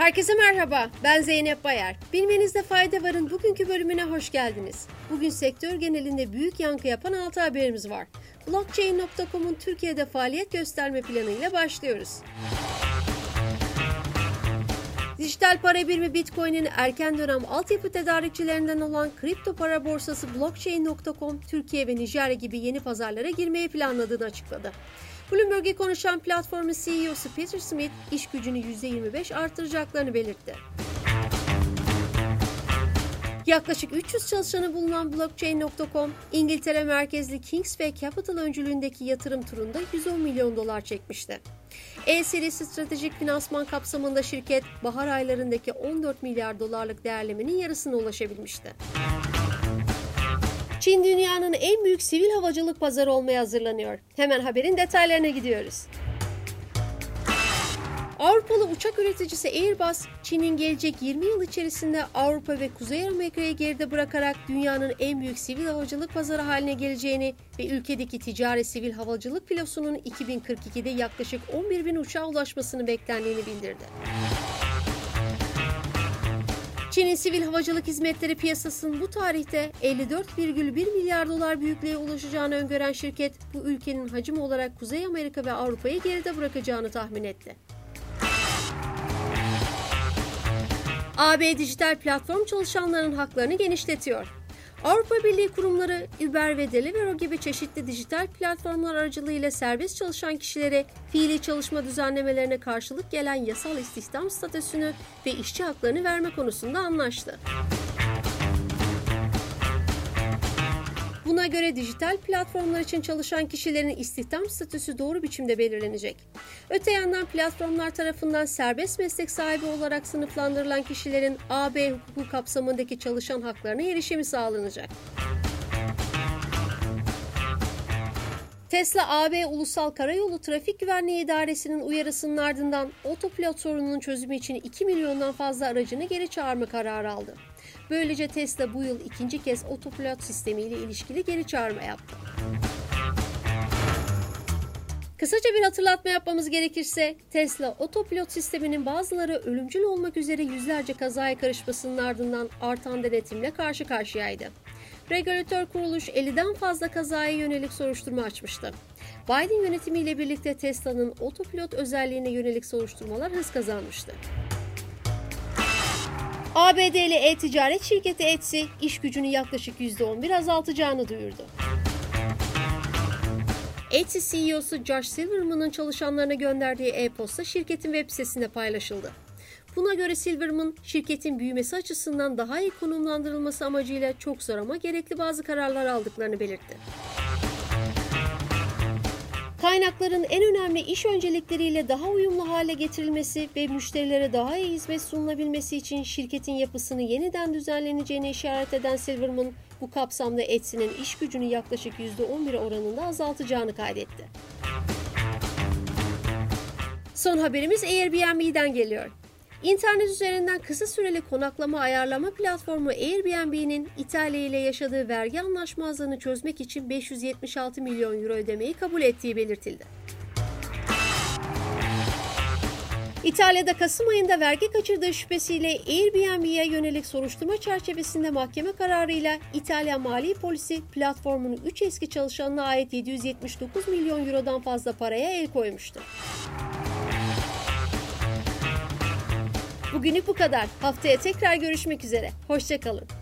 Herkese merhaba, ben Zeynep Bayar. Bilmenizde fayda varın bugünkü bölümüne hoş geldiniz. Bugün sektör genelinde büyük yankı yapan 6 haberimiz var. Blockchain.com'un Türkiye'de faaliyet gösterme planıyla başlıyoruz. Dijital para birimi Bitcoin'in erken dönem altyapı tedarikçilerinden olan kripto para borsası Blockchain.com, Türkiye ve Nijerya gibi yeni pazarlara girmeyi planladığını açıkladı. Bloomberg'e konuşan platformun CEO'su Peter Smith, iş gücünü %25 artıracaklarını belirtti. Yaklaşık 300 çalışanı bulunan Blockchain.com, İngiltere merkezli Kingsway Capital öncülüğündeki yatırım turunda $110 milyon çekmişti. E serisi stratejik finansman kapsamında şirket, bahar aylarındaki $14 milyar değerlemenin yarısına ulaşabilmişti. Çin dünyanın en büyük sivil havacılık pazarı olmaya hazırlanıyor. Hemen haberin detaylarına gidiyoruz. Avrupalı uçak üreticisi Airbus, Çin'in gelecek 20 yıl içerisinde Avrupa ve Kuzey Amerika'yı geride bırakarak dünyanın en büyük sivil havacılık pazarı haline geleceğini ve ülkedeki ticari sivil havacılık filosunun 2042'de yaklaşık 11.000 uçağa ulaşmasını beklendiğini bildirdi. Çin'in sivil havacılık hizmetleri piyasasının bu tarihte $54,1 milyar büyüklüğe ulaşacağını öngören şirket, bu ülkenin hacim olarak Kuzey Amerika ve Avrupa'yı geride bırakacağını tahmin etti. AB dijital platform çalışanlarının haklarını genişletiyor. Avrupa Birliği kurumları Uber ve Deliveroo gibi çeşitli dijital platformlar aracılığıyla serbest çalışan kişilere fiili çalışma düzenlemelerine karşılık gelen yasal istihdam statüsünü ve işçi haklarını verme konusunda anlaştı. Buna göre dijital platformlar için çalışan kişilerin istihdam statüsü doğru biçimde belirlenecek. Öte yandan platformlar tarafından serbest meslek sahibi olarak sınıflandırılan kişilerin AB hukuku kapsamındaki çalışan haklarına erişimi sağlanacak. Tesla, AB Ulusal Karayolu Trafik Güvenliği İdaresi'nin uyarısının ardından otopilot sorununun çözümü için 2 milyondan fazla aracını geri çağırma kararı aldı. Böylece Tesla bu yıl ikinci kez otopilot sistemiyle ilişkili geri çağırma yaptı. Kısaca bir hatırlatma yapmamız gerekirse, Tesla otopilot sisteminin bazıları ölümcül olmak üzere yüzlerce kazaya karışmasının ardından artan denetimle karşı karşıyaydı. Regülatör kuruluş 50'den fazla kazaya yönelik soruşturma açmıştı. Biden yönetimiyle birlikte Tesla'nın otopilot özelliğine yönelik soruşturmalar hız kazanmıştı. ABD'li e-ticaret şirketi Etsy, iş gücünü yaklaşık %11 azaltacağını duyurdu. Etsy CEO'su Josh Silverman'ın çalışanlarına gönderdiği e-posta şirketin web sitesinde paylaşıldı. Buna göre Silverman, şirketin büyümesi açısından daha iyi konumlandırılması amacıyla çok zor ama gerekli bazı kararlar aldıklarını belirtti. Kaynakların en önemli iş öncelikleriyle daha uyumlu hale getirilmesi ve müşterilere daha iyi hizmet sunulabilmesi için şirketin yapısını yeniden düzenleneceğine işaret eden Silverman, bu kapsamda Etsy'nin iş gücünü yaklaşık %11 oranında azaltacağını kaydetti. Son haberimiz Airbnb'den geliyor. İnternet üzerinden kısa süreli konaklama ayarlama platformu Airbnb'nin İtalya ile yaşadığı vergi anlaşmazlığını çözmek için 576 milyon euro ödemeyi kabul ettiği belirtildi. İtalya'da Kasım ayında vergi kaçırdığı şüphesiyle Airbnb'ye yönelik soruşturma çerçevesinde mahkeme kararıyla İtalya Mali Polisi platformunun 3 eski çalışanına ait 779 milyon eurodan fazla paraya el koymuştu. Bugünlük bu kadar. Haftaya tekrar görüşmek üzere. Hoşça kalın.